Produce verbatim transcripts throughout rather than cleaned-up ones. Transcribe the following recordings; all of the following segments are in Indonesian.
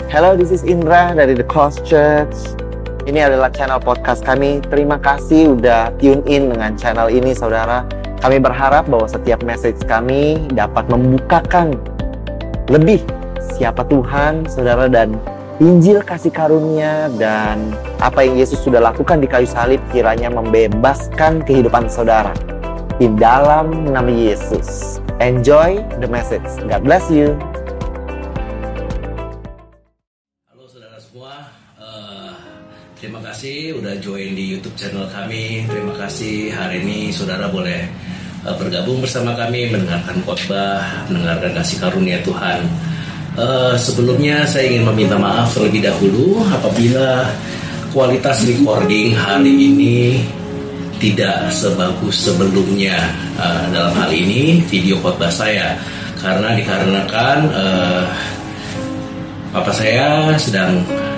Hello, this is Indra dari The Cross Church. Ini adalah channel podcast kami. Terima kasih udah tune in dengan channel ini, saudara. Kami berharap bahwa setiap message kami dapat membukakan lebih siapa Tuhan, saudara, dan Injil kasih karunia dan apa yang Yesus sudah lakukan di kayu salib kiranya membebaskan kehidupan saudara. Di dalam nama Yesus. Enjoy the message. God bless you. Terima kasih udah join di YouTube channel kami. Terima kasih hari ini saudara boleh uh, bergabung bersama kami mendengarkan khotbah, mendengarkan kasih karunia Tuhan. Uh, sebelumnya saya ingin meminta maaf terlebih dahulu apabila kualitas recording hari ini tidak sebagus sebelumnya. Uh, dalam hal ini video khotbah saya karena dikarenakan uh, papa saya sedang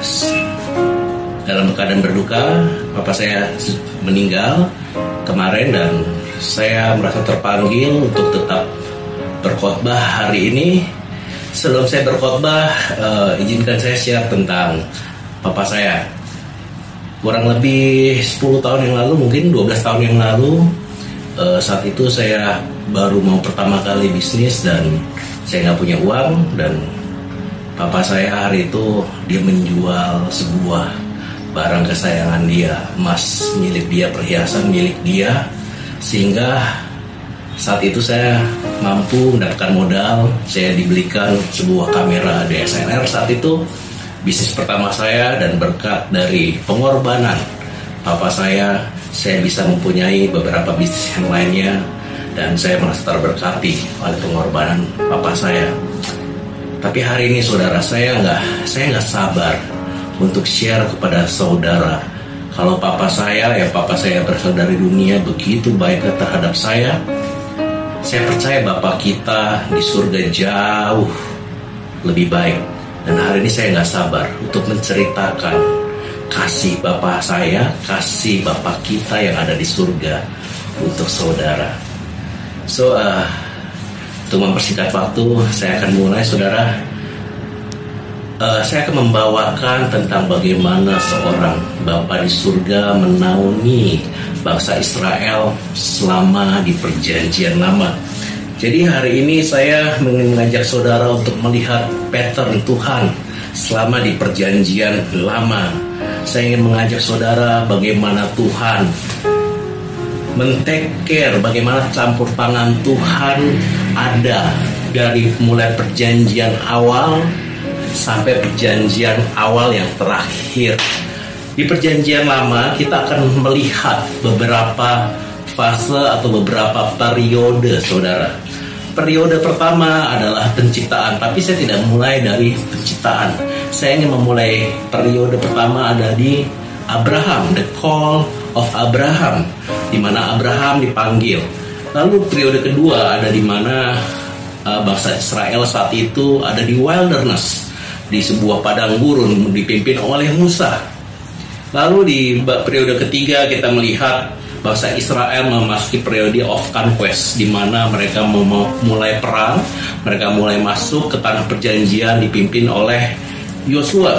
dalam keadaan berduka. Papa saya meninggal kemarin dan saya merasa terpanggil untuk tetap berkhotbah hari ini. Sebelum saya berkhotbah, uh, izinkan saya share tentang papa saya. Kurang lebih sepuluh tahun yang lalu, mungkin dua belas tahun yang lalu, uh, saat itu saya baru mau pertama kali bisnis dan saya nggak punya uang. Dan papa saya hari itu dia menjual sebuah barang kesayangan dia, emas milik dia, perhiasan milik dia, sehingga saat itu saya mampu mendapatkan modal. Saya dibelikan sebuah kamera D S L R saat itu, bisnis pertama saya, dan berkat dari pengorbanan papa saya, saya bisa mempunyai beberapa bisnis yang lainnya, dan saya merasa terberkati oleh pengorbanan papa saya. Tapi hari ini saudara, saya nggak saya nggak sabar untuk share kepada saudara kalau papa saya, ya papa saya berasal dari dunia, begitu baik terhadap saya. Saya percaya Bapa kita di surga jauh lebih baik. Dan hari ini saya nggak sabar untuk menceritakan kasih Bapa saya, kasih Bapa kita yang ada di surga untuk saudara. So, uh, untuk mempersingkat waktu, saya akan mulai, saudara. Uh, saya akan membawakan tentang bagaimana seorang Bapa di surga menaungi bangsa Israel selama di perjanjian lama. Jadi hari ini saya ingin mengajak saudara untuk melihat pattern Tuhan selama di perjanjian lama. Saya ingin mengajak saudara bagaimana Tuhan men-take care, bagaimana campur tangan Tuhan ada dari mulai perjanjian awal sampai perjanjian awal yang terakhir. Di perjanjian lama kita akan melihat beberapa fase atau beberapa periode, saudara. Periode pertama adalah penciptaan, tapi saya tidak mulai dari penciptaan. Saya ingin memulai periode pertama ada di Abraham, the call of Abraham, di mana Abraham dipanggil. Lalu periode kedua ada di mana uh, bangsa Israel saat itu ada di wilderness, di sebuah padang gurun dipimpin oleh Musa. Lalu di periode ketiga kita melihat bangsa Israel memasuki periode of conquest, di mana mereka memulai perang, mereka mulai masuk ke tanah perjanjian dipimpin oleh Yosua.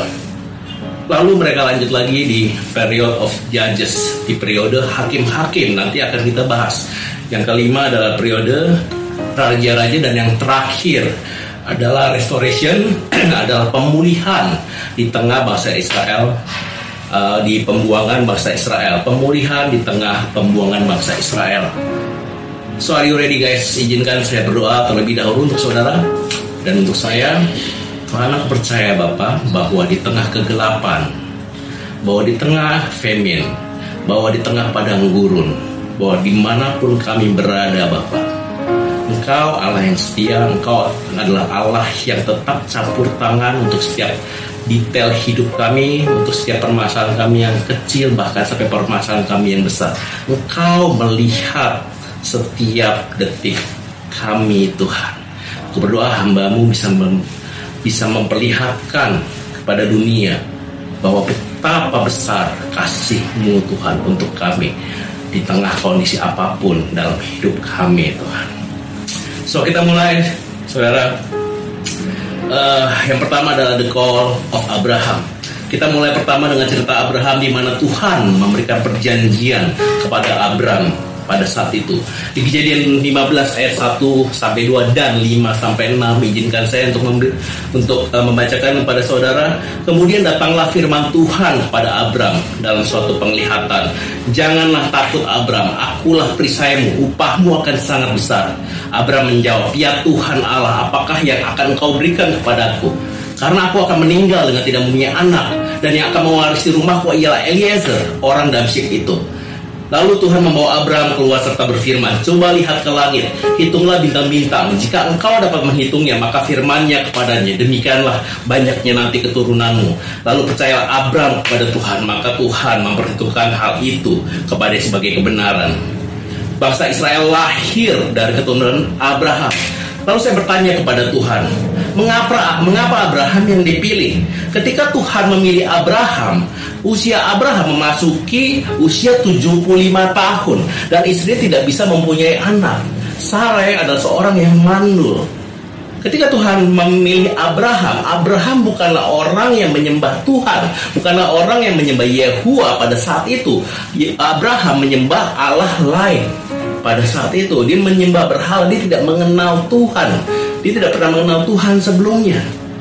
Lalu mereka lanjut lagi di period of judges, di periode hakim-hakim, nanti akan kita bahas. Yang kelima adalah periode raja-raja, dan yang terakhir adalah restoration, adalah pemulihan di tengah bangsa Israel, uh, di pembuangan bangsa Israel, pemulihan di tengah pembuangan bangsa Israel. So are you ready guys? Izinkan saya berdoa terlebih dahulu untuk saudara dan untuk saya. Tuhan, aku percaya Bapa bahwa di tengah kegelapan, bahwa di tengah famine, bahwa di tengah padang gurun, bahwa dimanapun kami berada Bapa, Engkau Allah yang setia, Engkau adalah Allah yang tetap campur tangan untuk setiap detail hidup kami, untuk setiap permasalahan kami yang kecil, bahkan sampai permasalahan kami yang besar. Engkau melihat setiap detik kami Tuhan. Aku berdoa hamba-Mu bisa mem, bisa memperlihatkan kepada dunia bahwa betapa besar kasih-Mu Tuhan untuk kami di tengah kondisi apapun dalam hidup kami Tuhan. So kita mulai, saudara. uh, yang pertama adalah The Call of Abraham. Kita mulai pertama dengan cerita Abraham di mana Tuhan memberikan perjanjian kepada Abraham pada saat itu. Di Kejadian lima belas ayat satu sampai dua dan lima sampai enam, izinkan saya untuk mem- untuk uh, membacakan kepada saudara. Kemudian datanglah firman Tuhan kepada Abraham dalam suatu penglihatan. Janganlah takut Abraham, akulah perisaimu, upahmu akan sangat besar. Abraham menjawab, ya Tuhan Allah, apakah yang akan engkau berikan kepadaku? Karena aku akan meninggal dengan tidak mempunyai anak, dan yang akan mewarisi rumahku ialah Eliezer, orang Damsyik itu. Lalu Tuhan membawa Abraham keluar serta berfirman, coba lihat ke langit, hitunglah bintang-bintang. Jika engkau dapat menghitungnya, maka firman-Nya kepadanya, demikianlah banyaknya nanti keturunanmu. Lalu percayalah Abraham kepada Tuhan, maka Tuhan memperhitungkan hal itu kepada sebagai kebenaran. Bangsa Israel lahir dari keturunan Abraham. Lalu saya bertanya kepada Tuhan, mengapa mengapa Abraham yang dipilih? Ketika Tuhan memilih Abraham, usia Abraham memasuki usia tujuh puluh lima tahun dan istrinya tidak bisa mempunyai anak. Sarai adalah seorang yang mandul. Ketika Tuhan memilih Abraham, Abraham bukanlah orang yang menyembah Tuhan, bukanlah orang yang menyembah Yehuwa pada saat itu. Abraham menyembah Allah lain. Pada saat itu dia menyembah berhala, dia tidak mengenal Tuhan. Dia tidak pernah mengenal Tuhan sebelumnya.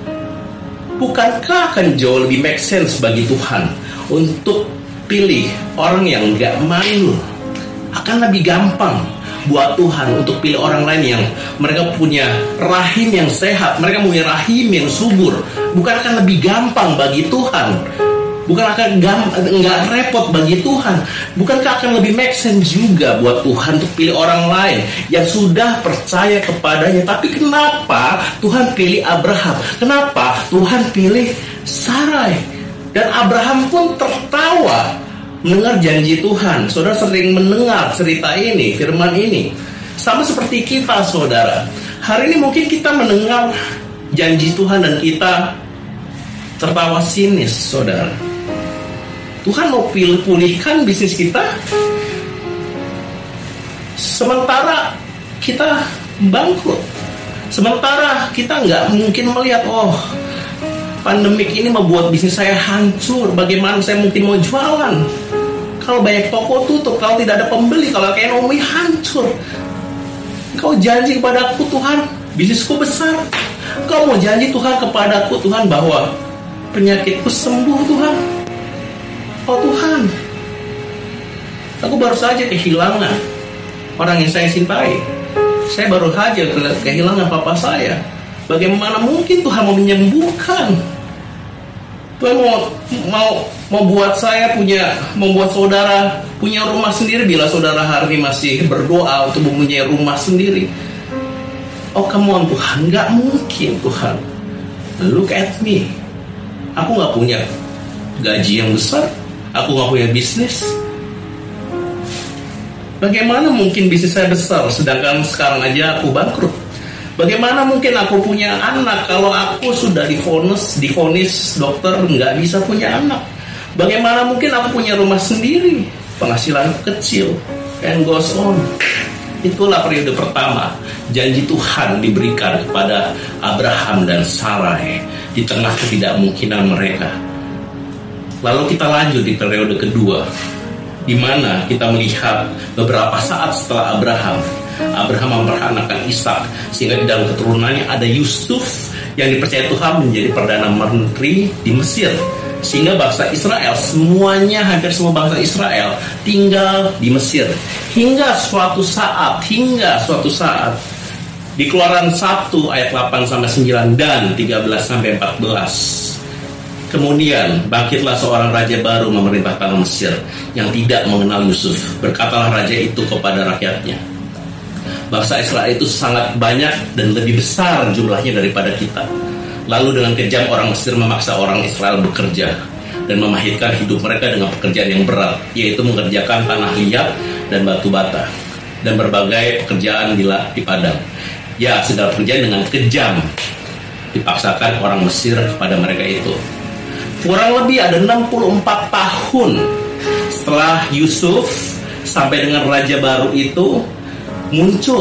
Bukankah akan jauh lebih make sense bagi Tuhan untuk pilih orang yang gak mandul? Akan lebih gampang buat Tuhan untuk pilih orang lain yang mereka punya rahim yang sehat, mereka punya rahim yang subur. Bukan akan lebih gampang bagi Tuhan? Bukan akan nggak repot bagi Tuhan? Bukankah akan lebih make sense juga buat Tuhan untuk pilih orang lain yang sudah percaya kepadanya? Tapi kenapa Tuhan pilih Abraham? Kenapa Tuhan pilih Sarai? Dan Abraham pun tertawa mendengar janji Tuhan. Saudara sering mendengar cerita ini, firman ini. Sama seperti kita, saudara. Hari ini mungkin kita mendengar janji Tuhan dan kita tertawa sinis, saudara. Tuhan mau pilih pulihkan bisnis kita, sementara kita bangkrut. Sementara kita nggak mungkin melihat, oh, pandemik ini membuat bisnis saya hancur. Bagaimana saya mungkin mau jualan? Kalau banyak toko tutup, kalau tidak ada pembeli, kalau ekonomi hancur. Kau janji kepadaku Tuhan, bisnisku besar. Kau mau janji Tuhan kepadaku Tuhan bahwa penyakitku sembuh Tuhan. Oh Tuhan, aku baru saja kehilangan orang yang saya cintai. Saya baru saja kehilangan papa saya. Bagaimana mungkin Tuhan mau menyembuhkan? Tuhan mau mau mau buat saya punya, membuat saudara punya rumah sendiri bila saudara hari ini masih berdoa untuk mempunyai rumah sendiri. Oh come on Tuhan, nggak mungkin Tuhan. Look at me, aku nggak punya gaji yang besar. Aku gak punya bisnis. Bagaimana mungkin bisnis saya besar sedangkan sekarang aja aku bangkrut? Bagaimana mungkin aku punya anak kalau aku sudah divonis, divonis dokter nggak bisa punya anak? Bagaimana mungkin aku punya rumah sendiri, penghasilan kecil, and goes on. Itulah periode pertama janji Tuhan diberikan kepada Abraham dan Sarai di tengah ketidakmungkinan mereka. Lalu kita lanjut di periode kedua, di mana kita melihat beberapa saat setelah Abraham, Abraham memperanakan Ishak, sehingga di dalam keturunannya ada Yusuf yang dipercaya Tuhan menjadi perdana menteri di Mesir, sehingga bangsa Israel, semuanya hampir semua bangsa Israel tinggal di Mesir hingga suatu saat, hingga suatu saat di Keluaran satu ayat delapan sampai sembilan dan tiga belas sampai empat belas. Kemudian bangkitlah seorang raja baru memerintah tanah Mesir yang tidak mengenal Yusuf. Berkatalah raja itu kepada rakyatnya, bangsa Israel itu sangat banyak dan lebih besar jumlahnya daripada kita. Lalu dengan kejam orang Mesir memaksa orang Israel bekerja dan memahitkan hidup mereka dengan pekerjaan yang berat, yaitu mengerjakan tanah liat dan batu bata dan berbagai pekerjaan di, di padang. Ya, segala pekerjaan dengan kejam dipaksakan orang Mesir kepada mereka itu. Kurang lebih ada enam puluh empat tahun setelah Yusuf sampai dengan raja baru itu muncul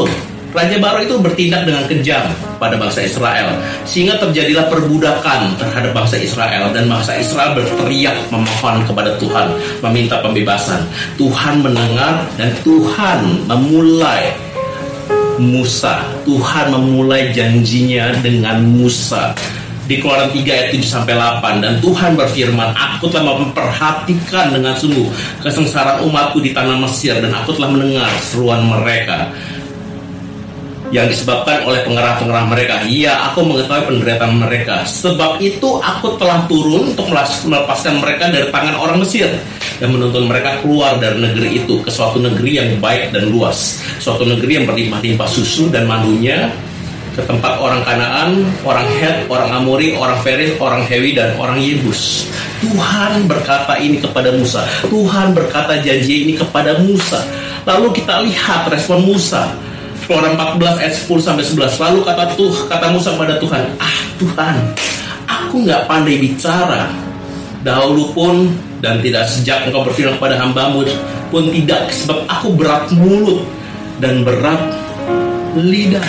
Raja Baru itu bertindak dengan kejam pada bangsa Israel, sehingga terjadilah perbudakan terhadap bangsa Israel, dan bangsa Israel berteriak memohon kepada Tuhan, meminta pembebasan. Tuhan mendengar dan Tuhan memulai Musa. Tuhan memulai janjinya dengan Musa di Keluaran tiga ayat tujuh sampai delapan. Dan Tuhan berfirman, aku telah memperhatikan dengan sungguh kesengsaraan umatku di tanah Mesir, dan aku telah mendengar seruan mereka yang disebabkan oleh pengerah-pengerah mereka. Ya, aku mengetahui penderitaan mereka. Sebab itu aku telah turun untuk melepaskan mereka dari tangan orang Mesir dan menuntun mereka keluar dari negeri itu ke suatu negeri yang baik dan luas, suatu negeri yang berlimpah-limpah susu dan madunya, ke tempat orang Kanaan, orang Het, orang Amori, orang Feriz, orang Hewi, dan orang Yebus. Tuhan berkata ini kepada Musa. Tuhan berkata janji ini kepada Musa. Lalu kita lihat respon Musa. Keluaran empat belas ayat sepuluh sampai sebelas. Lalu kata tuh kata Musa kepada Tuhan, ah Tuhan, aku nggak pandai bicara dahulu pun, dan tidak sejak engkau berfirman kepada hambamu pun tidak, sebab aku berat mulut dan berat lidah.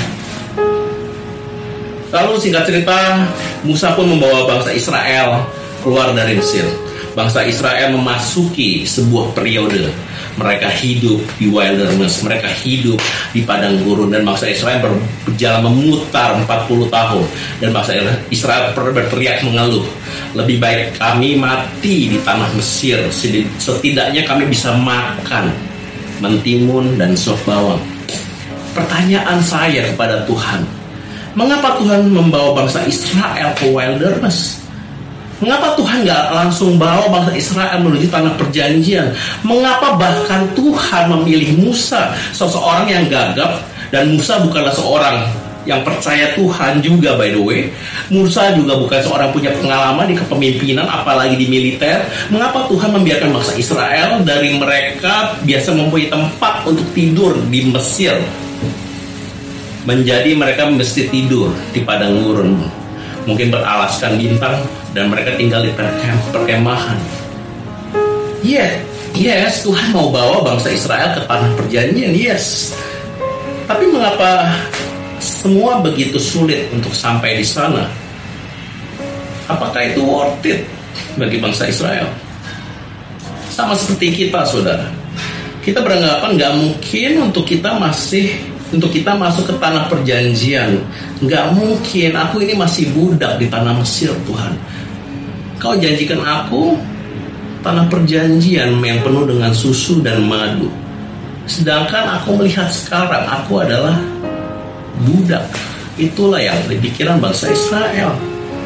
Lalu singkat cerita, Musa pun membawa bangsa Israel keluar dari Mesir. Bangsa Israel memasuki sebuah periode. Mereka hidup di wilderness, mereka hidup di padang gurun, dan bangsa Israel berjalan memutar empat puluh tahun. Dan bangsa Israel berteriak mengeluh, lebih baik kami mati di tanah Mesir, setidaknya kami bisa makan mentimun dan sop bawang. Pertanyaan saya kepada Tuhan, mengapa Tuhan membawa bangsa Israel ke wilderness? Mengapa Tuhan nggak langsung bawa bangsa Israel menuju tanah perjanjian? Mengapa bahkan Tuhan memilih Musa, seseorang yang gagap, dan Musa bukanlah seorang yang percaya Tuhan juga, by the way. Musa juga bukan seorang punya pengalaman di kepemimpinan, apalagi di militer. Mengapa Tuhan membiarkan bangsa Israel dari mereka biasa mempunyai tempat untuk tidur di Mesir, menjadi mereka mesti tidur di padang gurun, mungkin beralaskan bintang, dan mereka tinggal di perkemahan. Yeah, yes, Tuhan mau bawa bangsa Israel ke tanah perjanjian, yes. Tapi mengapa semua begitu sulit untuk sampai di sana? Apakah itu worth it bagi bangsa Israel? Sama seperti kita, saudara. Kita beranggapan nggak mungkin untuk kita masih Untuk kita masuk ke tanah perjanjian. Nggak mungkin, aku ini masih budak di tanah Mesir, Tuhan. Kau janjikan aku tanah perjanjian yang penuh dengan susu dan madu. Sedangkan aku melihat sekarang aku adalah budak. Itulah yang dipikiran bangsa Israel.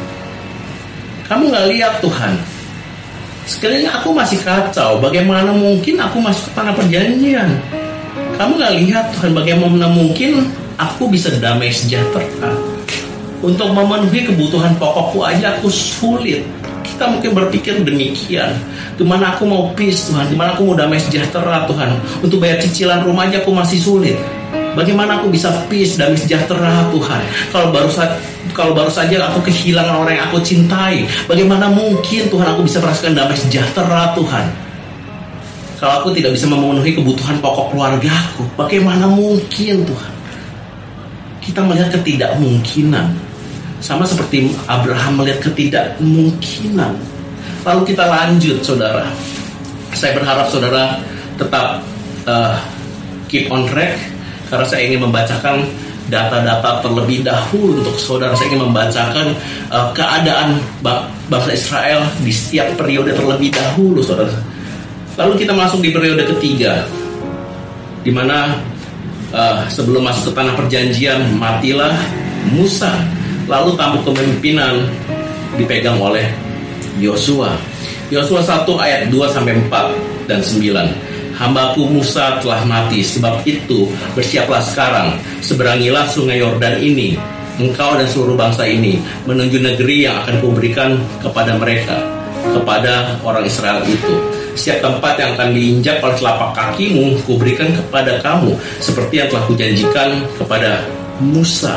Kamu nggak lihat Tuhan, sekalinya aku masih kacau. Bagaimana mungkin aku masuk ke tanah perjanjian? Kamu gak lihat Tuhan, bagaimana mungkin aku bisa damai sejahtera? Untuk memenuhi kebutuhan pokokku aja aku sulit. Kita mungkin berpikir demikian. Gimana aku mau peace Tuhan? Gimana aku mau damai sejahtera Tuhan? Untuk bayar cicilan rumah aja aku masih sulit. Bagaimana aku bisa peace, damai sejahtera Tuhan? Kalau baru saja kalau baru saja aku kehilangan orang yang aku cintai, bagaimana mungkin Tuhan aku bisa merasakan damai sejahtera Tuhan? Kalau aku tidak bisa memenuhi kebutuhan pokok keluargaku, bagaimana mungkin Tuhan? Kita melihat ketidakmungkinan. Sama seperti Abraham melihat ketidakmungkinan. Lalu kita lanjut, saudara. Saya berharap saudara tetap uh, keep on track, karena saya ingin membacakan data-data terlebih dahulu untuk saudara. Saya ingin membacakan uh, keadaan bangsa Israel di setiap periode terlebih dahulu, saudara. Lalu kita masuk di periode ketiga, di mana uh, sebelum masuk ke tanah perjanjian matilah Musa. Lalu tampuk kepemimpinan dipegang oleh Yosua. Yosua satu ayat dua sampai empat dan sembilan. Hambaku Musa telah mati, sebab itu bersiaplah sekarang, seberangilah sungai Yordan ini, engkau dan seluruh bangsa ini, menuju negeri yang akan kuberikan kepada mereka, kepada orang Israel itu. Setiap tempat yang akan diinjak oleh telapak kakimu, kuberikan kepada kamu, seperti yang telah kujanjikan kepada Musa.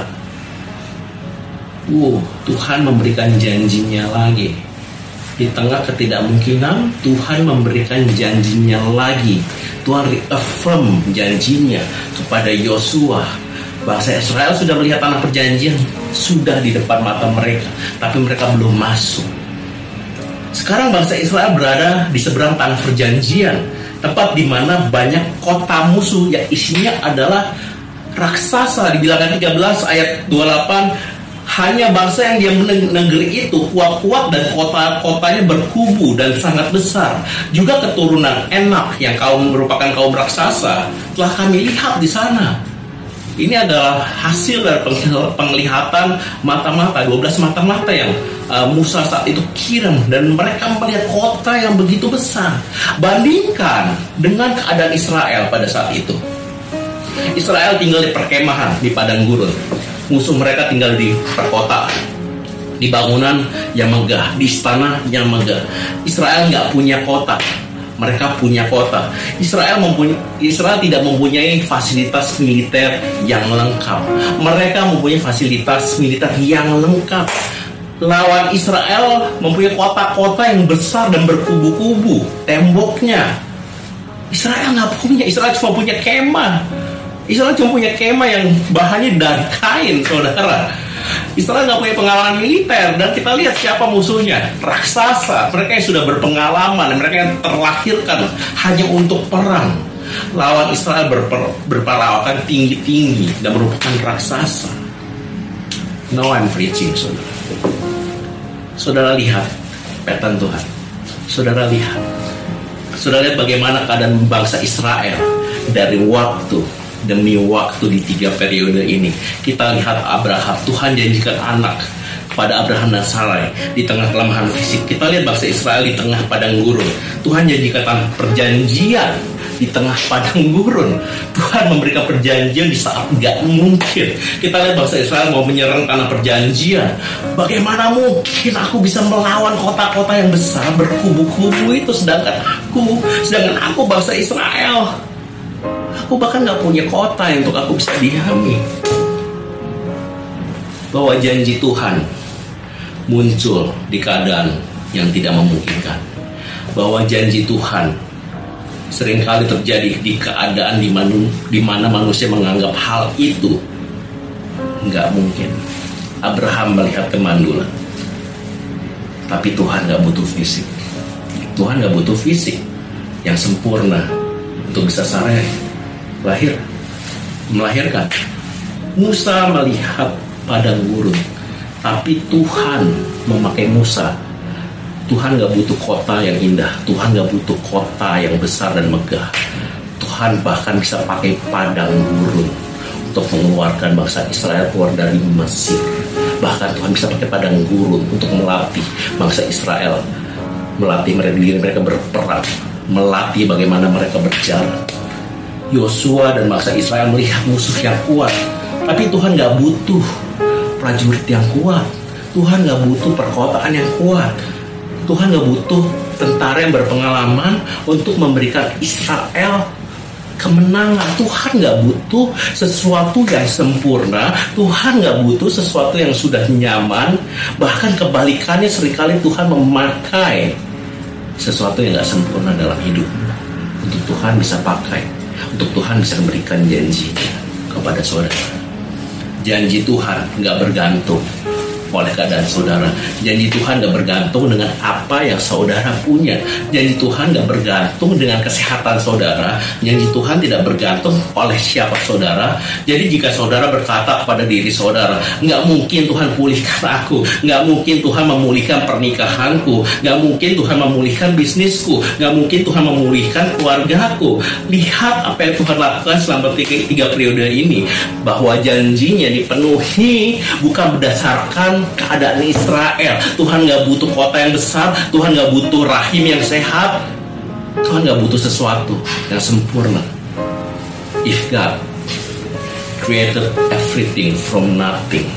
Uh, Tuhan memberikan janjinya lagi. Di tengah ketidakmungkinan, Tuhan memberikan janjinya lagi. Tuhan reaffirm janjinya kepada Yosua. Bangsa Israel sudah melihat tanah perjanjian, sudah di depan mata mereka, tapi mereka belum masuk. Sekarang bangsa Israel berada di seberang tanah perjanjian, tempat di mana banyak kota musuh yang isinya adalah raksasa. Di Bilangan tiga belas ayat dua puluh delapan, hanya bangsa yang diam di negeri itu kuat-kuat dan kota-kotanya berkubu dan sangat besar. Juga keturunan Enak yang kaum merupakan kaum raksasa telah kami lihat di sana. Ini adalah hasil dari penglihatan mata-mata, dua belas mata-mata yang uh, Musa saat itu kirim, dan mereka melihat kota yang begitu besar. Bandingkan dengan keadaan Israel pada saat itu. Israel tinggal di perkemahan di padang gurun. Musuh mereka tinggal di perkotaan, di bangunan yang megah, di istana yang megah. Israel nggak punya kota, mereka punya kota. Israel mempunyai, Israel tidak mempunyai fasilitas militer yang lengkap. Mereka mempunyai fasilitas militer yang lengkap. Lawan Israel mempunyai kota-kota yang besar dan berkubu-kubu temboknya. Israel nggak punya. Israel cuma punya kemah. Israel cuma punya kemah yang bahannya dari kain, saudara. Israel nggak punya pengalaman militer, dan kita lihat siapa musuhnya, raksasa. Mereka yang sudah berpengalaman, mereka yang terlahirkan hanya untuk perang. Lawan Israel berper, berperawakan tinggi-tinggi dan merupakan raksasa. Now I'm preaching, saudara. Saudara lihat pattern Tuhan. Saudara lihat. Saudara lihat bagaimana keadaan bangsa Israel dari waktu demi waktu di tiga periode ini. Kita lihat Abraham, Tuhan janjikan anak kepada Abraham dan Sarai di tengah kelemahan fisik. Kita lihat bangsa Israel di tengah padang gurun. Tuhan janjikan tanah perjanjian di tengah padang gurun. Tuhan memberikan perjanjian di saat gak mungkin. Kita lihat bangsa Israel mau menyerang tanah perjanjian. Bagaimana mungkin aku bisa melawan kota-kota yang besar berkubu-kubu itu, sedangkan aku, sedangkan aku bangsa Israel, aku bahkan gak punya kota yang untuk aku bisa diami. Bahwa janji Tuhan muncul di keadaan yang tidak memungkinkan. Bahwa janji Tuhan seringkali terjadi di keadaan di mana, di mana manusia menganggap hal itu gak mungkin. Abraham melihat kemandulan, tapi Tuhan gak butuh fisik. Tuhan gak butuh fisik yang sempurna untuk bisa Sarai lahir, melahirkan. Musa melihat padang gurun, tapi Tuhan memakai Musa. Tuhan gak butuh kota yang indah, Tuhan gak butuh kota yang besar dan megah. Tuhan bahkan bisa pakai padang gurun untuk mengeluarkan bangsa Israel keluar dari Mesir. Bahkan Tuhan bisa pakai padang gurun untuk melatih bangsa Israel, melatih mereka, diri mereka berperang, melatih bagaimana mereka berjalan. Yosua dan bangsa Israel melihat musuh yang kuat, tapi Tuhan gak butuh prajurit yang kuat. Tuhan gak butuh perkotaan yang kuat. Tuhan gak butuh tentara yang berpengalaman untuk memberikan Israel kemenangan. Tuhan gak butuh sesuatu yang sempurna. Tuhan gak butuh sesuatu yang sudah nyaman. Bahkan kebalikannya, seringkali Tuhan memakai sesuatu yang gak sempurna dalam hidupmu untuk Tuhan bisa pakai, untuk Tuhan bisa memberikan janji kepada saudara. Janji Tuhan gak bergantung oleh keadaan saudara. Janji Tuhan gak bergantung dengan apa yang saudara punya. Janji Tuhan gak bergantung dengan kesehatan saudara. Janji Tuhan tidak bergantung oleh siapa saudara. Jadi jika saudara berkata kepada diri saudara, gak mungkin Tuhan pulihkan aku, gak mungkin Tuhan memulihkan pernikahanku, gak mungkin Tuhan memulihkan bisnisku, gak mungkin Tuhan memulihkan keluargaku. Lihat apa yang Tuhan lakukan selama tiga, tiga periode ini. Bahwa janjinya dipenuhi bukan berdasarkan keadaan Israel. Tuhan gak butuh kota yang besar, Tuhan gak butuh rahim yang sehat, Tuhan gak butuh sesuatu yang sempurna. If God created everything from nothing,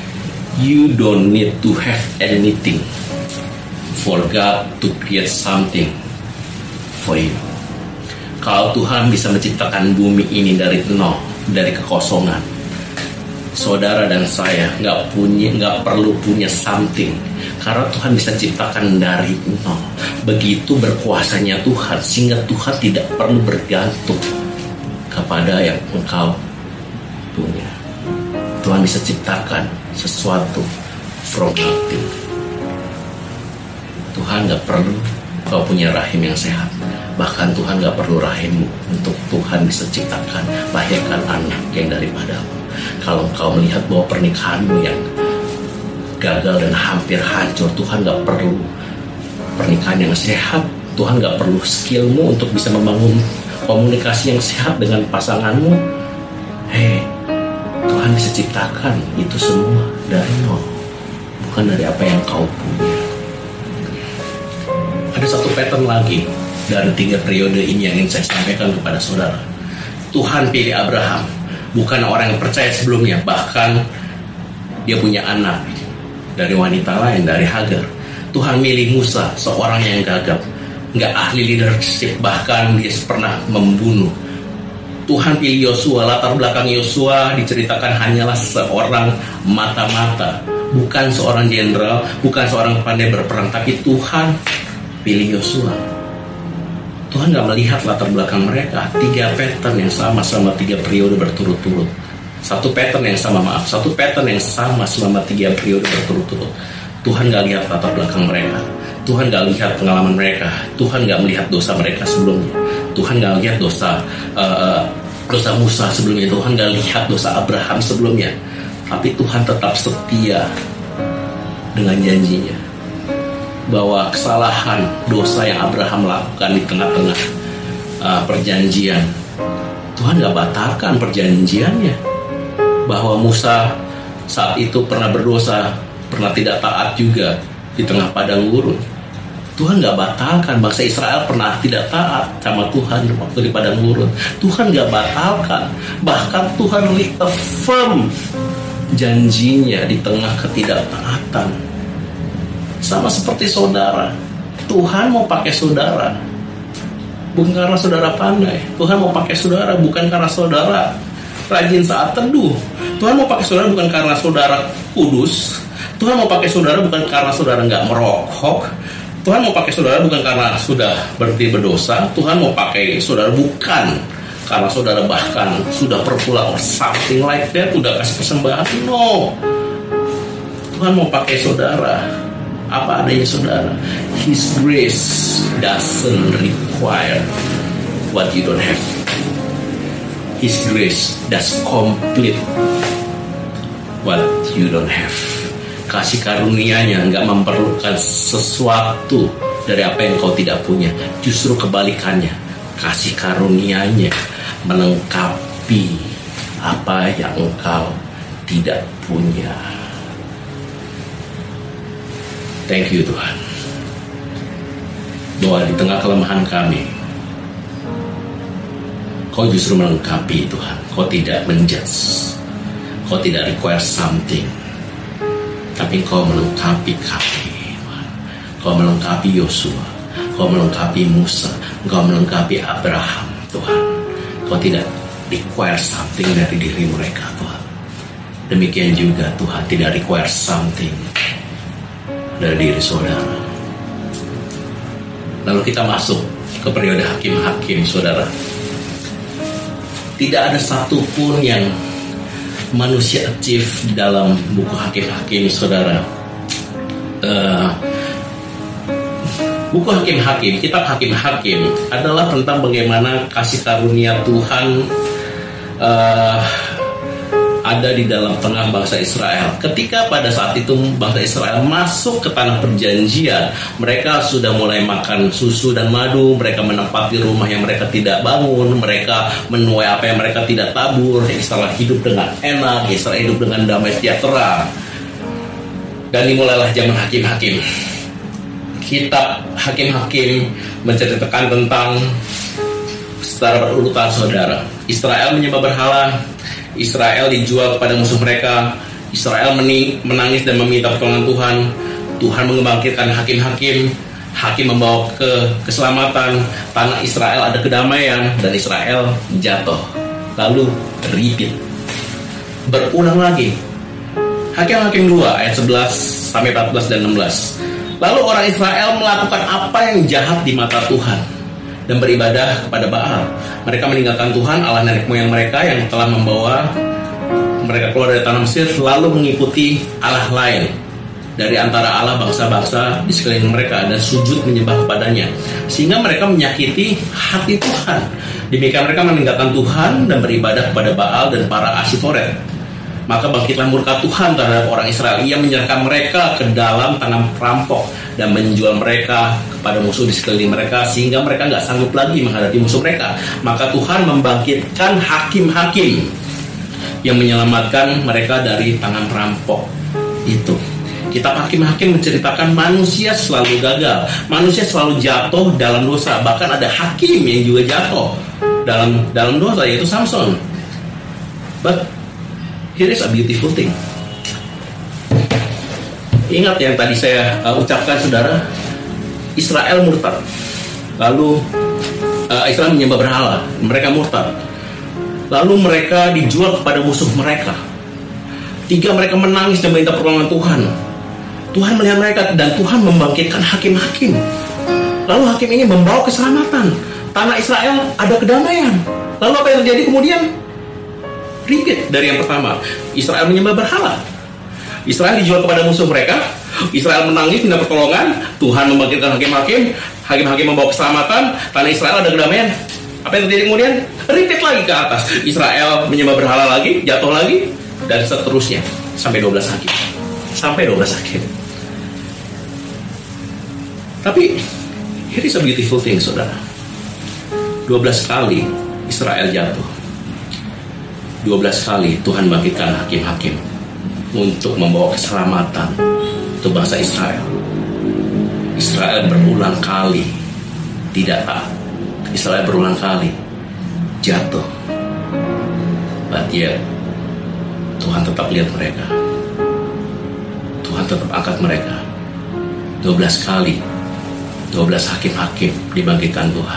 you don't need to have anything for God to create something for you. Kalau Tuhan bisa menciptakan bumi ini dari nol, dari kekosongan, saudara dan saya nggak punya, nggak perlu punya something, karena Tuhan bisa ciptakan dari nol. Begitu berkuasanya Tuhan, sehingga Tuhan tidak perlu bergantung kepada yang engkau punya. Tuhan bisa ciptakan sesuatu from nothing. Tuhan gak perlu kau punya rahim yang sehat. Bahkan Tuhan gak perlu rahimmu untuk Tuhan bisa ciptakan, lahirkan anak yang daripadamu. Kalau kau melihat bahwa pernikahanmu yang gagal dan hampir hancur, Tuhan gak perlu pernikahan yang sehat. Tuhan gak perlu skillmu untuk bisa membangun komunikasi yang sehat dengan pasanganmu. Hei, Tuhan bisa ciptakan itu semua dari nol, bukan dari apa yang kau punya. Ada satu pattern lagi dari tiga periode ini yang ingin saya sampaikan kepada saudara. Tuhan pilih Abraham, bukan orang yang percaya sebelumnya. Bahkan dia punya anak dari wanita lain, dari Hagar. Tuhan milih Musa, seorang yang gagap, nggak ahli leadership, bahkan dia pernah membunuh. Tuhan pilih Yosua, latar belakang Yosua diceritakan hanyalah seorang mata-mata, bukan seorang jenderal, bukan seorang pandai berperang, tapi Tuhan pilih Yosua. Tuhan gak melihat latar belakang mereka. Tiga pattern yang sama selama tiga periode berturut-turut. Satu pattern yang sama, maaf, satu pattern yang sama selama tiga periode berturut-turut. Tuhan gak lihat latar belakang mereka. Tuhan gak lihat pengalaman mereka. Tuhan gak melihat dosa mereka sebelumnya. Tuhan gak lihat dosa uh, dosa Musa sebelumnya. Tuhan gak lihat dosa Abraham sebelumnya. Tapi Tuhan tetap setia dengan janjinya, bahwa kesalahan dosa yang Abraham lakukan di tengah-tengah uh, perjanjian, Tuhan gak batalkan perjanjiannya. Bahwa Musa saat itu pernah berdosa, pernah tidak taat juga di tengah padang gurun, Tuhan gak batalkan. Bangsa Israel pernah tidak taat sama Tuhan waktu di padang gurun, Tuhan gak batalkan. Bahkan Tuhan reaffirm janjinya di tengah ketidaktaatan. Sama seperti saudara, Tuhan mau pakai saudara bukan karena saudara pandai. Tuhan mau pakai saudara bukan karena saudara rajin saat teduh. Tuhan mau pakai saudara bukan karena saudara kudus. Tuhan mau pakai saudara bukan karena saudara nggak merokok. Tuhan mau pakai saudara bukan karena sudah berhenti berdosa. Tuhan mau pakai saudara bukan karena saudara bahkan sudah berpulang or something like that, udah kasih persembahan. No, Tuhan mau pakai saudara apa adanya saudara. His grace doesn't require what you don't have. His grace does complete what you don't have. Kasih karunia-Nya nggak memerlukan sesuatu dari apa yang kau tidak punya. Justru kebalikannya, kasih karunia-Nya melengkapi apa yang engkau tidak punya. Thank you Tuhan, bahwa di tengah kelemahan kami, Kau justru melengkapi Tuhan. Kau tidak menjudge, Kau tidak require something, tapi Kau melengkapi kami Tuhan. Kau melengkapi Yosua, Kau melengkapi Musa, Kau melengkapi Abraham Tuhan. Kau tidak require something dari diri mereka Tuhan. Demikian juga Tuhan tidak require something dari diri saudara. Lalu kita masuk ke periode hakim-hakim saudara. Tidak ada satupun yang manusia achieve di dalam buku hakim-hakim saudara. uh, Buku hakim-hakim, kitab hakim-hakim adalah tentang bagaimana kasih karunia Tuhan uh, ada di dalam tengah bangsa Israel. Ketika pada saat itu bangsa Israel masuk ke tanah perjanjian, mereka sudah mulai makan susu dan madu, mereka menempati rumah yang mereka tidak bangun, mereka menuai apa yang mereka tidak tabur. Israel hidup dengan enak, Israel hidup dengan damai sejahtera. Dan dimulailah zaman hakim-hakim. Kitab hakim-hakim menceritakan tentang secara berurutan saudara. Israel menyembah berhala, Israel dijual kepada musuh mereka, Israel menangis dan meminta pertolongan Tuhan. Tuhan membangkitkan hakim-hakim, hakim membawa ke keselamatan, tanah Israel ada kedamaian, dan Israel jatuh. Lalu repeat, berulang lagi. Hakim-hakim dua ayat sebelas sampai empat belas dan enam belas. Lalu orang Israel melakukan apa yang jahat di mata Tuhan dan beribadah kepada Baal. Mereka meninggalkan Tuhan Allah nenek moyang mereka yang telah membawa mereka keluar dari tanah Mesir, lalu mengikuti Allah lain dari antara Allah bangsa-bangsa di sekeliling mereka dan sujud menyembah kepadanya, sehingga mereka menyakiti hati Tuhan. Demikian mereka meninggalkan Tuhan dan beribadah kepada Baal dan para Asitoret. Maka bangkitlah murka Tuhan terhadap orang Israel. Ia menyerahkan mereka ke dalam tangan perampok dan menjual mereka kepada musuh di sekeliling mereka, sehingga mereka nggak sanggup lagi menghadapi musuh mereka. Maka Tuhan membangkitkan hakim-hakim yang menyelamatkan mereka dari tangan perampok itu. Kitab Hakim-Hakim menceritakan manusia selalu gagal, manusia selalu jatuh dalam dosa. Bahkan ada hakim yang juga jatuh dalam dalam dosa, yaitu Samson. But here is a beautiful thing. Ingat yang tadi saya uh, ucapkan, saudara, Israel murtad. Lalu uh, Israel menyembah berhala, mereka murtad. Lalu mereka dijual kepada musuh mereka. Tiga, mereka menangis dan minta pertolongan Tuhan. Tuhan melihat mereka dan Tuhan membangkitkan hakim-hakim. Lalu hakim ini membawa keselamatan. Tanah Israel ada kedamaian. Lalu apa yang terjadi kemudian? Repeat dari yang pertama. Israel menyembah berhala. Israel dijual kepada musuh mereka. Israel menangis minta pertolongan. Tuhan membangkitkan hakim-hakim. Hakim-hakim membawa keselamatan. Tanah Israel ada kedamaian. Apa yang terjadi kemudian? Repeat lagi ke atas. Israel menyembah berhala lagi, jatuh lagi, dan seterusnya sampai dua belas hakim. Sampai dua belas hakim. Tapi here is a beautiful thing, saudara. dua belas kali Israel jatuh. dua belas kali Tuhan bangkitkan hakim-hakim untuk membawa keselamatan untuk bangsa Israel. Israel berulang kali tidak taat. Israel berulang kali jatuh. But yet Tuhan tetap lihat mereka. Tuhan tetap angkat mereka. dua belas kali dua belas hakim-hakim dibangkitkan Tuhan,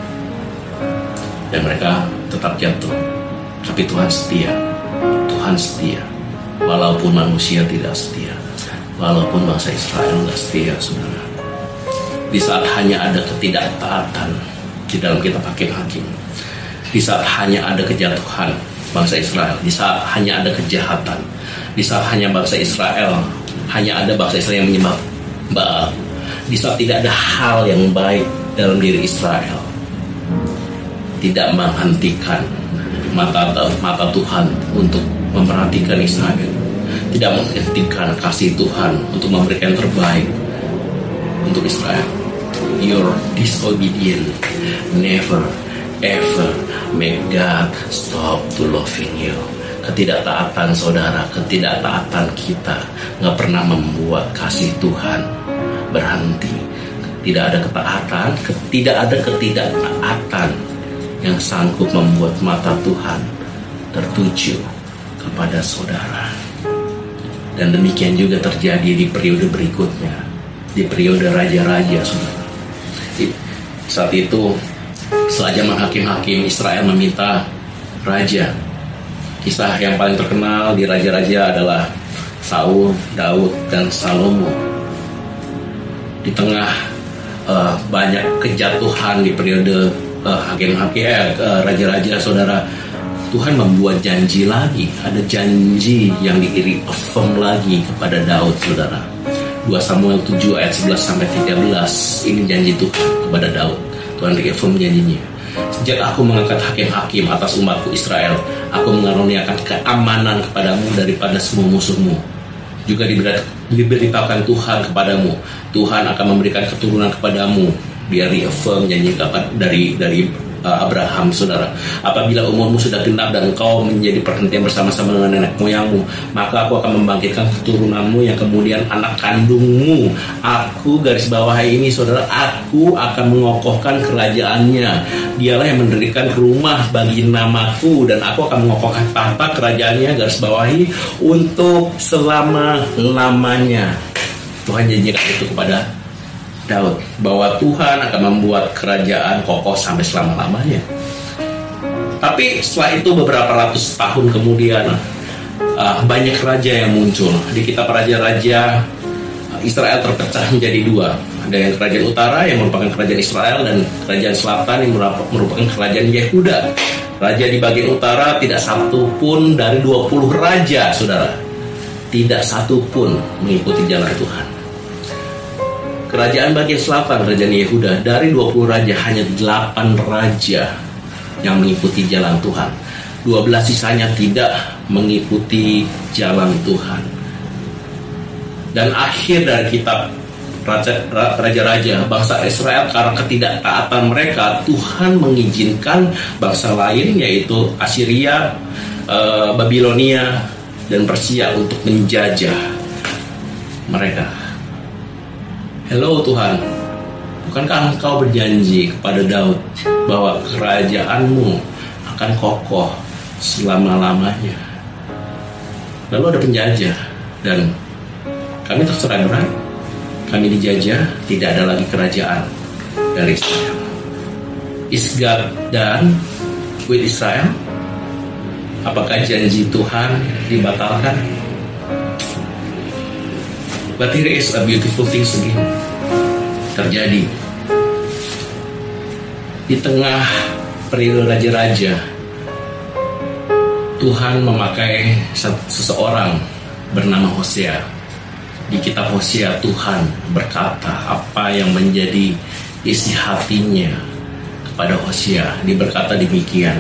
dan mereka tetap jatuh. Tapi Tuhan setia. Tuhan setia walaupun manusia tidak setia, walaupun bangsa Israel tidak setia, saudara. Di saat hanya ada ketidaktaatan di dalam kitab Hakim-Hakim, di saat hanya ada kejatuhan bangsa Israel, di saat hanya ada kejahatan, di saat hanya bangsa Israel hanya ada bangsa Israel yang menyembah Baal, di saat tidak ada hal yang baik dalam diri Israel, tidak menghentikan mata mata Tuhan untuk memperhatikan Israel, tidak menghentikan kasih Tuhan untuk memberikan yang terbaik untuk Israel. Your disobedience never ever make God stop to loving you. Ketidaktaatan saudara, ketidaktaatan kita nggak pernah membuat kasih Tuhan berhenti. Tidak ada ketaatan, tidak ada ketidaktaatan yang sanggup membuat mata Tuhan tertuju kepada saudara. Dan demikian juga terjadi di periode berikutnya, di periode raja-raja, saudara. Saat itu setelah zaman hakim-hakim, Israel meminta raja. Kisah yang paling terkenal di raja-raja adalah Saul, Daud, dan Salomo. Di tengah uh, banyak kejatuhan di periode uh, hakim-hakim, eh, uh, raja-raja, saudara, Tuhan membuat janji lagi. Ada janji yang di-reaffirm lagi kepada Daud, saudara. dua Samuel tujuh ayat sebelas sampai tiga belas. Ini janji Tuhan kepada Daud. Tuhan reaffirm janjinya. Sejak aku mengangkat hakim-hakim atas umatku Israel, aku mengaruniakan keamanan kepadamu daripada semua musuhmu. Juga diberitakan Tuhan kepadamu, Tuhan akan memberikan keturunan kepadamu. Dia reaffirm janji dari dari uh, Abraham, saudara. Apabila umurmu sudah genap dan engkau menjadi perhentian bersama-sama dengan nenek moyangmu, maka aku akan membangkitkan keturunanmu yang kemudian anak kandungmu. Aku garis bawah ini, saudara, aku akan mengokohkan kerajaannya. Dialah yang mendirikan rumah bagi namaku, dan aku akan mengokohkan tahta kerajaannya, garis bawahi, untuk selama-lamanya. Tuhan janjikan itu kepada Daud, bahwa Tuhan akan membuat kerajaan kokoh sampai selama-lamanya. Tapi setelah itu beberapa ratus tahun kemudian uh, banyak raja yang muncul. Di kitab raja-raja, Israel terpecah menjadi dua. Ada yang kerajaan utara yang merupakan kerajaan Israel, dan kerajaan selatan yang merupakan kerajaan Yehuda. Raja di bagian utara tidak satu pun dari dua puluh raja, saudara. Tidak satu pun mengikuti jalan Tuhan. Kerajaan bagian selatan, kerajaan Yehuda, dari dua puluh raja hanya delapan raja yang mengikuti jalan Tuhan. dua belas sisanya tidak mengikuti jalan Tuhan. Dan akhir dari kitab Raja-Raja, bangsa Israel karena ketidaktaatan mereka, Tuhan mengizinkan bangsa lain yaitu Assyria, uh, Babilonia, dan Persia untuk menjajah mereka. Hello Tuhan, bukankah Engkau berjanji kepada Daud bahwa kerajaanmu akan kokoh selama-lamanya? Lalu ada penjajah dan kami terserah-berai. Kami dijajah, tidak ada lagi kerajaan dari Israel. Is God done with Israel? Apakah janji Tuhan dibatalkan? But here is a beautiful thing again. Terjadi di tengah periode raja-raja, Tuhan memakai seseorang bernama Hosea. Di kitab Hosea, Tuhan berkata apa yang menjadi isi hatinya kepada Hosea. Dia berkata demikian.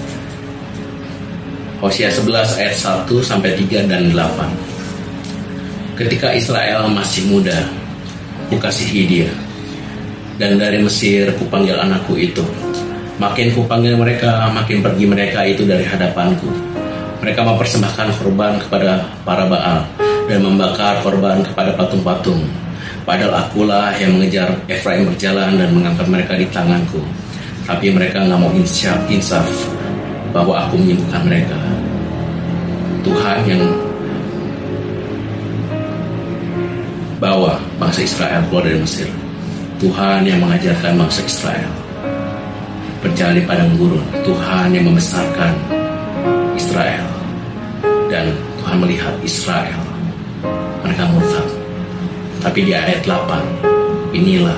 Hosea sebelas ayat satu sampai tiga dan delapan. Ketika Israel masih muda, kukasihi dia, dan dari Mesir kupanggil anakku itu. Makin kupanggil mereka, makin pergi mereka itu dari hadapanku. Mereka mempersembahkan korban kepada para Baal dan membakar korban kepada patung-patung. Padahal akulah yang mengejar Efraim berjalan dan mengangkat mereka di tanganku. Tapi mereka nggak mau insaf, insaf bahwa aku menyembuhkan mereka. Tuhan yang bawa bangsa Israel keluar dari Mesir. Tuhan yang mengajarkan bangsa Israel berjalan di padang gurun. Tuhan yang membesarkan Israel. Dan Tuhan melihat Israel, mereka murtad. Tapi di ayat delapan, inilah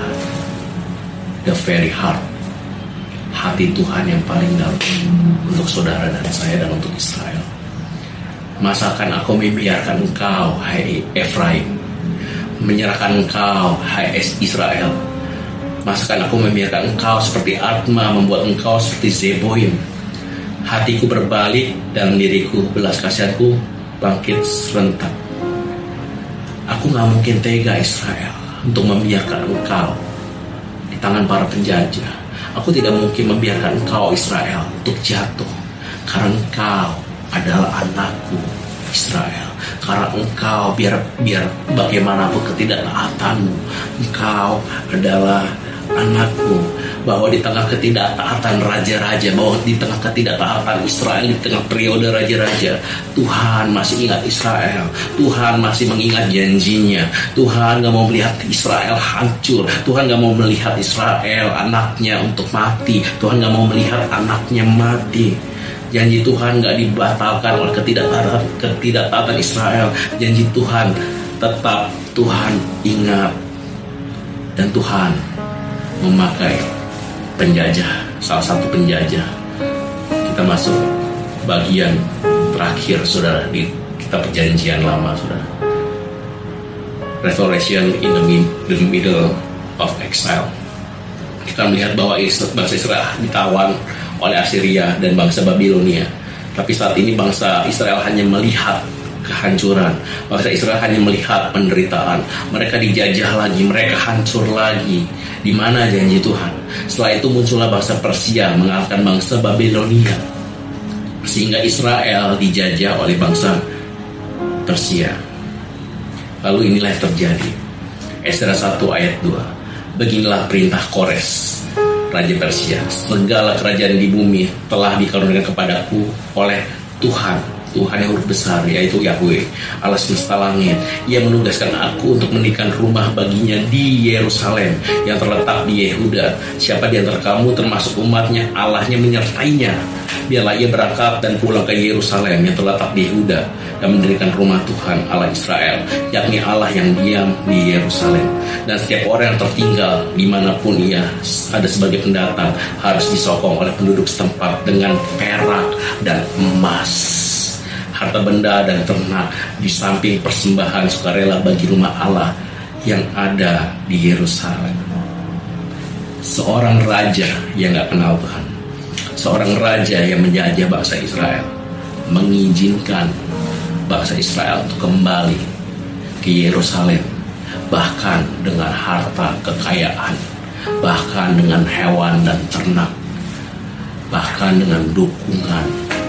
the very heart, hati Tuhan yang paling dalam untuk saudara dan saya dan untuk Israel. Masakan aku membiarkan engkau, hai Efraim, menyerahkan engkau, hai Israel. Masakan aku membiarkan engkau seperti Adma, membuat engkau seperti Zeboim. Hatiku berbalik dan diriku, belas kasihanku bangkit serentak. Aku gak mungkin tega Israel untuk membiarkan engkau di tangan para penjajah. Aku tidak mungkin membiarkan engkau Israel untuk jatuh, karena engkau adalah anakku Israel. Karena engkau biar biar bagaimanapun ketidaktaatanmu, engkau adalah anakku. Bahwa di tengah ketidaktaatan raja-raja, bahwa di tengah ketidaktaatan Israel, di tengah periode raja-raja, Tuhan masih ingat Israel. Tuhan masih mengingat janjinya. Tuhan gak mau melihat Israel hancur. Tuhan gak mau melihat Israel anaknya untuk mati. Tuhan gak mau melihat anaknya mati. Janji Tuhan gak dibatalkan oleh ketidaktaatan, ketidaktaatan Israel. Janji Tuhan tetap Tuhan ingat. Dan Tuhan memakai penjajah, salah satu penjajah. Kita masuk bagian terakhir, saudara, di kitab Perjanjian Lama, saudara. Restoration in the, the middle of exile. Kita melihat bahwa bangsa Israel ditawan oleh Assyria dan bangsa Babilonia. Tapi saat ini bangsa Israel hanya melihat kehancuran. Bangsa Israel hanya melihat penderitaan. Mereka dijajah lagi, mereka hancur lagi. Di mana janji Tuhan? Setelah itu muncullah bangsa Persia mengalahkan bangsa Babilonia, sehingga Israel dijajah oleh bangsa Persia. Lalu inilah yang terjadi. Esdra satu ayat dua. Beginilah perintah Kores, raja Persia. Segala kerajaan di bumi telah dikaruniakan kepadaku oleh Tuhan, Tuhan yang huruf besar, yaitu Yahweh, Allah semesta langit. Ia menugaskan aku untuk mendirikan rumah baginya di Yerusalem yang terletak di Yehuda. Siapa di antara kamu termasuk umatnya, Allahnya menyertainya. Biarlah ia berangkat dan pulang ke Yerusalem yang terletak di Yehuda. dan mendirikan rumah Tuhan Allah Israel, yakni Allah yang diam di Yerusalem. Dan setiap orang yang tertinggal dimanapun ia ada sebagai pendatang harus disokong oleh penduduk setempat dengan perak dan emas, harta benda dan ternak, di samping persembahan sukarela bagi rumah Allah yang ada di Yerusalem. Seorang raja yang gak kenal Tuhan, seorang raja yang menjajah bangsa Israel, mengizinkan bangsa Israel untuk kembali ke Yerusalem, bahkan dengan harta kekayaan, bahkan dengan hewan dan ternak, bahkan dengan dukungan.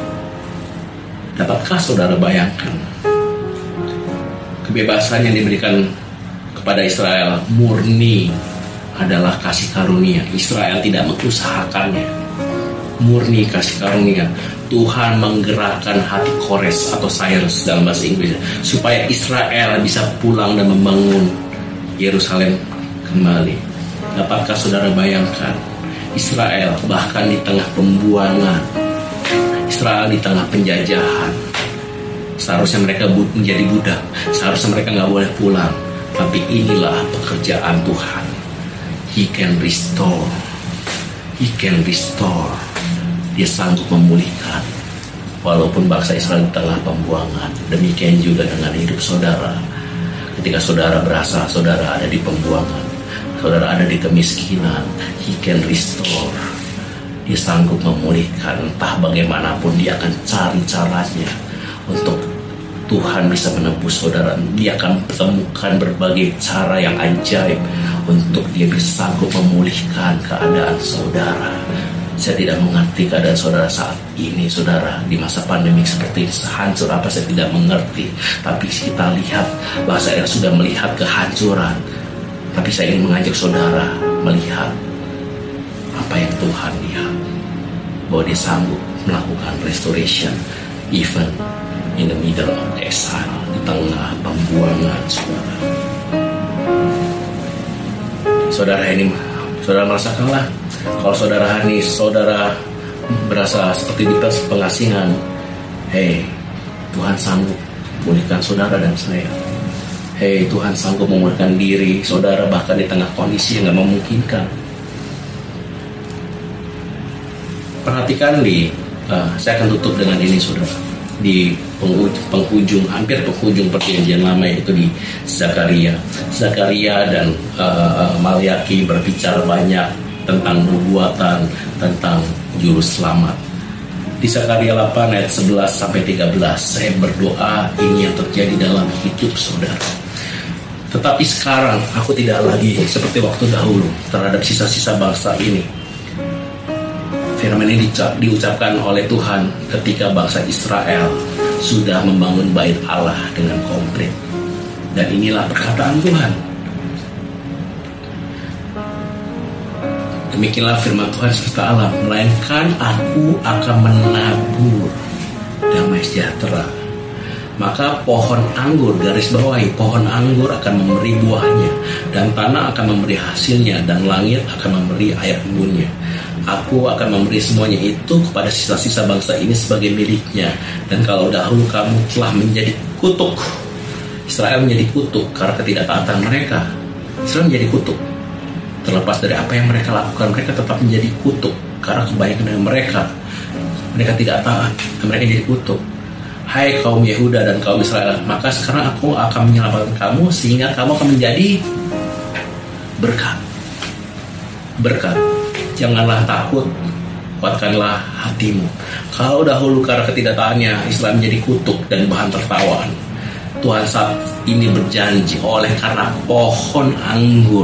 Dapatkah saudara bayangkan kebebasan yang diberikan kepada Israel murni adalah kasih karunia. Israel tidak mengusahakannya, murni kasih karunia. Tuhan menggerakkan hati Kores atau Cyrus dalam bahasa Inggris supaya Israel bisa pulang dan membangun Yerusalem kembali. Dapatkah saudara bayangkan Israel bahkan di tengah pembuangan, Israel di tengah penjajahan, seharusnya mereka menjadi budak, seharusnya mereka nggak boleh pulang, tapi inilah pekerjaan Tuhan. He can restore, He can restore. Dia sanggup memulihkan walaupun bangsa Israel di tengah pembuangan. Demikian juga dengan hidup saudara. Ketika saudara berasa saudara ada di pembuangan, saudara ada di kemiskinan, He can restore. Dia sanggup memulihkan. Entah bagaimanapun dia akan cari caranya untuk Tuhan bisa menebus saudara. Dia akan temukan berbagai cara yang ajaib untuk dia bisa sanggup memulihkan keadaan saudara. Saya tidak mengerti keadaan saudara saat ini, saudara, di masa pandemi seperti ini, sehancur apa saya tidak mengerti. Tapi kita lihat bahwa saya sudah melihat kehancuran. Tapi saya ingin mengajak saudara melihat apa yang Tuhan lihat, bahwa dia sanggup melakukan restoration even in the middle of exile, di tengah pembuangan saudara. Saudara ini, saudara merasakanlah. Kalau saudara Hani, saudara berasa seperti di pengasingan, hei, Tuhan sanggup memulihkan saudara dan saya. Hei, Tuhan sanggup memulihkan diri saudara bahkan di tengah kondisi yang gak memungkinkan. Perhatikan di, uh, saya akan tutup dengan ini saudara. Di penghujung, penghujung hampir penghujung perjanjian lama, yaitu di Zakaria. Zakaria dan uh, Malyaki berbicara banyak tentang nubuatan, tentang juru selamat. Di Zakaria delapan ayat sebelas sampai tiga belas, saya berdoa ini yang terjadi dalam hidup saudara. Tetapi sekarang aku tidak lagi seperti waktu dahulu terhadap sisa-sisa bangsa ini. Firman ini diucapkan oleh Tuhan ketika bangsa Israel sudah membangun bait Allah dengan komplit. Dan inilah perkataan Tuhan. Demikianlah firman Tuhan semesta alam, melainkan aku akan menabur damai sejahtera. Maka pohon anggur, garis bawahi, pohon anggur akan memberi buahnya, dan tanah akan memberi hasilnya, dan langit akan memberi air embunnya. Aku akan memberi semuanya itu kepada sisa-sisa bangsa ini sebagai miliknya. Dan kalau dahulu kamu telah menjadi kutuk, Israel menjadi kutuk karena ketidaktaatan mereka. Israel menjadi kutuk. Terlepas dari apa yang mereka lakukan, mereka tetap menjadi kutuk karena kebaikan dari mereka. Mereka tidak taat dan mereka jadi kutuk. Hai kaum Yehuda dan kaum Israel, maka sekarang aku akan menyelamatkan kamu sehingga kamu akan menjadi berkat. Berkat. Janganlah takut, kuatkanlah hatimu. Kalau dahulu karena ketidaktaannya Israel menjadi kutuk dan bahan tertawaan, Tuhan saat ini berjanji oleh karena pohon anggur,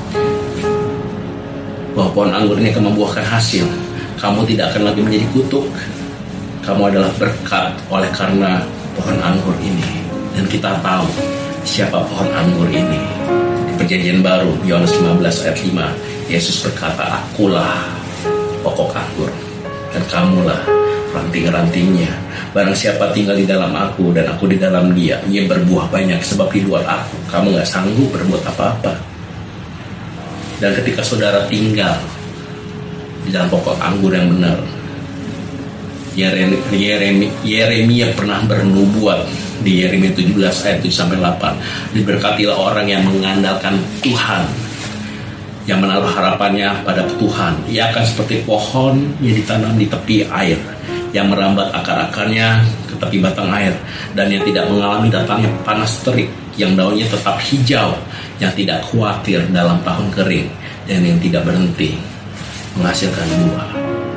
bahwa pohon anggur ini akan membuahkan hasil. Kamu tidak akan lagi menjadi kutuk. Kamu adalah berkat oleh karena pohon anggur ini. Dan kita tahu siapa pohon anggur ini. Di perjanjian baru, Yohanes lima belas ayat lima, Yesus berkata, akulah pokok anggur dan kamulah ranting-rantingnya. Barang siapa tinggal di dalam aku dan aku di dalam dia, ia berbuah banyak, sebab di luar aku kamu gak sanggup berbuat apa-apa. Dan ketika saudara tinggal di dalam pokok anggur yang benar, Yeremia, Yeremia pernah bernubuat Di Yeremia tujuh belas ayat tujuh sampai delapan, diberkatilah orang yang mengandalkan Tuhan, yang menaruh harapannya pada Tuhan. Ia akan seperti pohon yang ditanam di tepi air, yang merambat akar-akarnya ke tepi batang air, dan yang tidak mengalami datangnya panas terik, yang daunnya tetap hijau, yang tidak khawatir dalam tahun kering, dan yang tidak berhenti menghasilkan buah.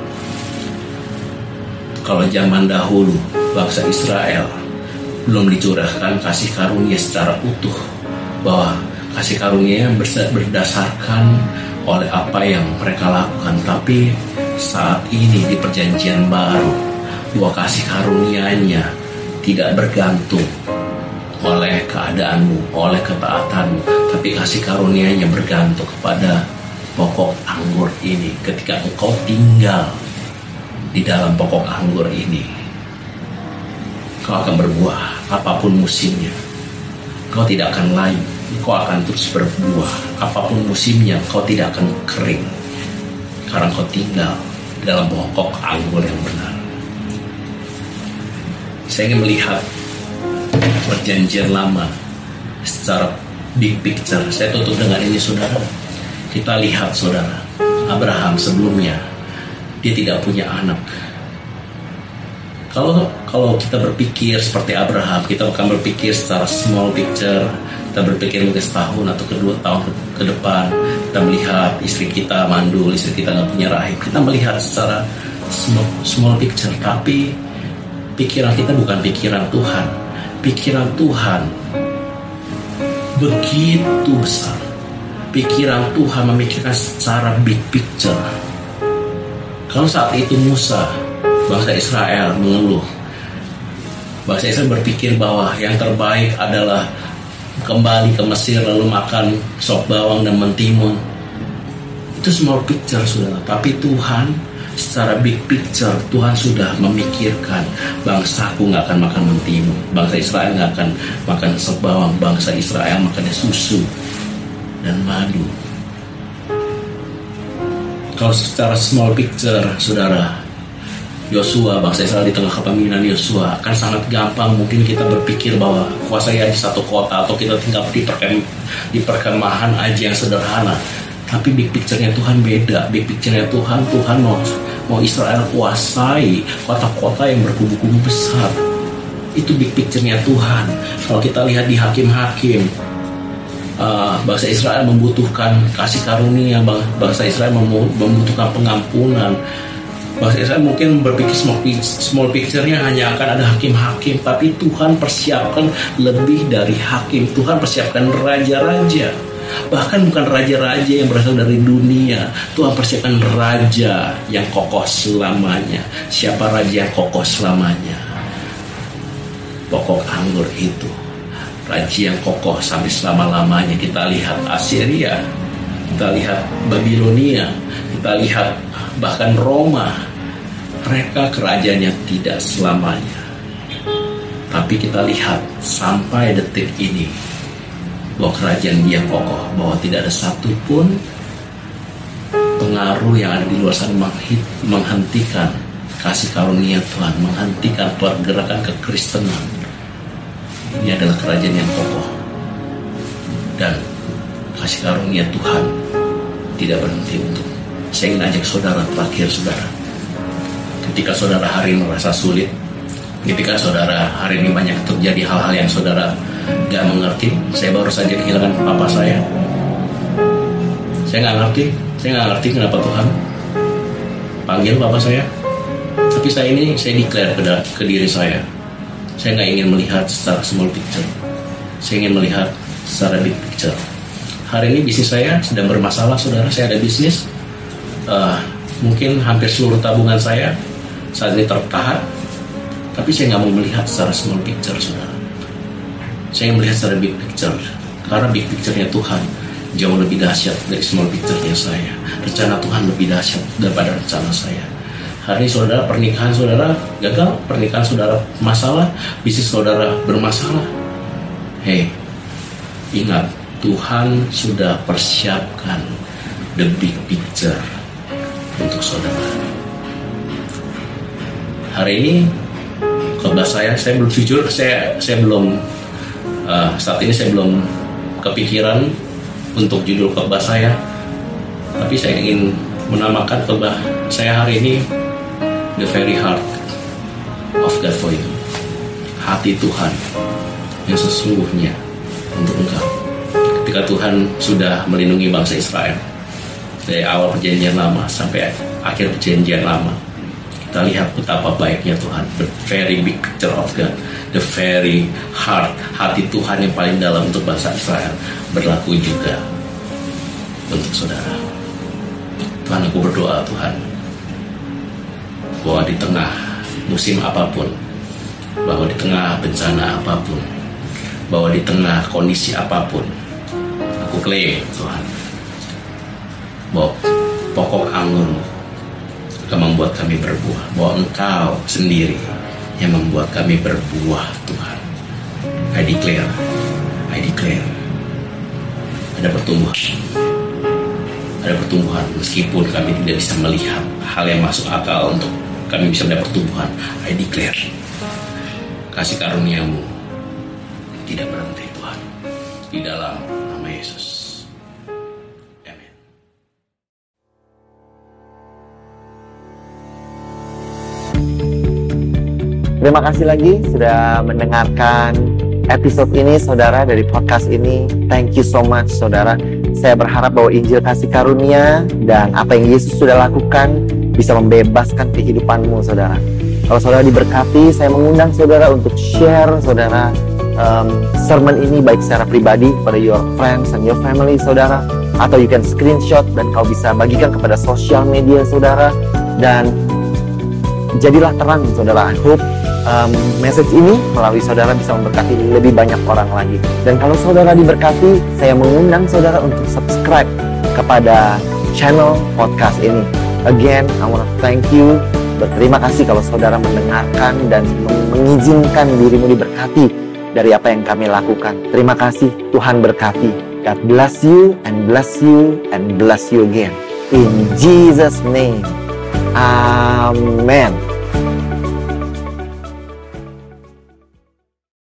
Kalau zaman dahulu bangsa Israel belum dicurahkan kasih karunia secara utuh, bahwa kasih karunia berdasarkan oleh apa yang mereka lakukan. Tapi saat ini di perjanjian baru, bahwa kasih karunia-Nya tidak bergantung oleh keadaanmu, oleh ketaatanmu, tapi kasih karunia-Nya bergantung kepada pokok anggur ini. Ketika engkau tinggal di dalam pokok anggur ini, kau akan berbuah apapun musimnya. Kau tidak akan layu, kau akan terus berbuah apapun musimnya. Kau tidak akan kering, karena kau tinggal dalam pokok anggur yang benar. Saya ingin melihat perjanjian lama secara big picture. Saya tutup dengan ini, saudara. Kita lihat, saudara, Abraham sebelumnya dia tidak punya anak. Kalau kalau kita berpikir seperti Abraham, kita akan berpikir secara small picture. Kita berpikir mungkin setahun atau kedua tahun ke, ke depan, kita melihat istri kita mandul, istri kita nggak punya rahim. Kita melihat secara small, small picture. Tapi pikiran kita bukan pikiran Tuhan. Pikiran Tuhan begitu besar. Pikiran Tuhan memikirkan secara big picture. Kalau saat itu Musa, bangsa Israel mengeluh, bangsa Israel berpikir bahwa yang terbaik adalah kembali ke Mesir lalu makan sop bawang dan mentimun. Itu small picture, saudara. Tapi Tuhan secara big picture, Tuhan sudah memikirkan bangsaku nggak akan makan mentimun, bangsa Israel nggak akan makan sop bawang, bangsa Israel makannya susu dan madu. Kalau secara small picture, saudara, Yosua, bangsa Israel di tengah kepemimpinan Yosua, akan sangat gampang mungkin kita berpikir bahwa kuasai di satu kota atau kita tinggal di, perkem, di perkemahan aja yang sederhana. Tapi big picture-nya Tuhan beda. Big picture-nya Tuhan, Tuhan mau, mau Israel kuasai kota-kota yang berkubu-kubu besar. Itu big picture-nya Tuhan. Kalau kita lihat di Hakim-Hakim, Uh, bangsa Israel membutuhkan kasih karunia, bangsa Israel membutuhkan pengampunan. Bangsa Israel mungkin berpikir small, small picture-nya hanya akan ada hakim-hakim, tapi Tuhan persiapkan lebih dari hakim. Tuhan persiapkan raja-raja, bahkan bukan raja-raja yang berasal dari dunia. Tuhan persiapkan raja yang kokoh selamanya. Siapa raja yang kokoh selamanya? Pokok anggur itu, raja yang kokoh sampai selama-lamanya. Kita lihat Assyria, kita lihat Babilonia, kita lihat bahkan Roma. Mereka kerajaannya tidak selamanya. Tapi kita lihat sampai detik ini bahwa kerajaan dia kokoh, bahwa tidak ada satupun pengaruh yang ada di luar sana menghentikan kasih karunia Tuhan, menghentikan pergerakan kekristenan. Ini adalah kerajaan yang kokoh, dan kasih karunia Tuhan tidak berhenti untuk. Saya ingin ajak saudara terakhir, saudara. Ketika saudara hari ini merasa sulit, ketika saudara hari ini banyak terjadi hal-hal yang saudara gak mengerti. Saya baru saja kehilangan papa saya. Saya gak ngerti, saya gak ngerti kenapa Tuhan panggil papa saya. Tapi saya ini, saya declare ke, ke diri saya, saya nggak ingin melihat secara small picture. Saya ingin melihat secara big picture. Hari ini bisnis saya sedang bermasalah, saudara. Saya ada bisnis, uh, mungkin hampir seluruh tabungan saya saat ini tertahan. Tapi saya nggak mau melihat secara small picture, saudara. Saya ingin melihat secara big picture, karena big picture-nya Tuhan jauh lebih dahsyat dari small picture-nya saya. Rencana Tuhan lebih dahsyat daripada rencana saya. Hari ini saudara, pernikahan saudara gagal, pernikahan saudara masalah, bisnis saudara bermasalah. Hei, ingat, Tuhan sudah persiapkan the big picture untuk saudara. Hari ini khotbah saya. Saya belum jujur, saya saya belum uh, saat ini saya belum kepikiran untuk judul khotbah saya. Tapi saya ingin menamakan khotbah saya hari ini The Very Heart of God for You. Hati Tuhan yang sesungguhnya untuk engkau. Ketika Tuhan sudah melindungi bangsa Israel dari awal perjanjian lama sampai akhir perjanjian lama, kita lihat betapa baiknya Tuhan. The very big picture of God, the very heart, hati Tuhan yang paling dalam untuk bangsa Israel berlaku juga untuk saudara. Tuhan, aku berdoa Tuhan, bahwa di tengah musim apapun, bahwa di tengah bencana apapun, bahwa di tengah kondisi apapun, aku klaim Tuhan, bahwa pokok anggur akan membuat kami berbuah, bahwa Engkau sendiri yang membuat kami berbuah Tuhan. I declare, I declare, ada pertumbuhan, ada pertumbuhan meskipun kami tidak bisa melihat hal yang masuk akal untuk kami bisa mendapat pertumbuhan. I declare, kasih karunia-Mu tidak berhenti Tuhan, di dalam nama Yesus. Amin. Terima kasih lagi sudah mendengarkan episode ini saudara, dari podcast ini. Thank you so much saudara. Saya berharap bahwa Injil kasih karunia dan apa yang Yesus sudah lakukan bisa membebaskan kehidupanmu saudara. Kalau saudara diberkati, saya mengundang saudara untuk share saudara um, sermon ini baik secara pribadi kepada your friends and your family saudara, atau you can screenshot dan kau bisa bagikan kepada sosial media saudara. Dan jadilah terang saudara. I hope um, message ini melalui saudara bisa memberkati lebih banyak orang lagi. Dan kalau saudara diberkati, saya mengundang saudara untuk subscribe kepada channel podcast ini. Again, I want to thank you. Berterima kasih kalau saudara mendengarkan dan mengizinkan dirimu diberkati dari apa yang kami lakukan. Terima kasih, Tuhan berkati. God bless you and bless you and bless you again. In Jesus' name. Amen.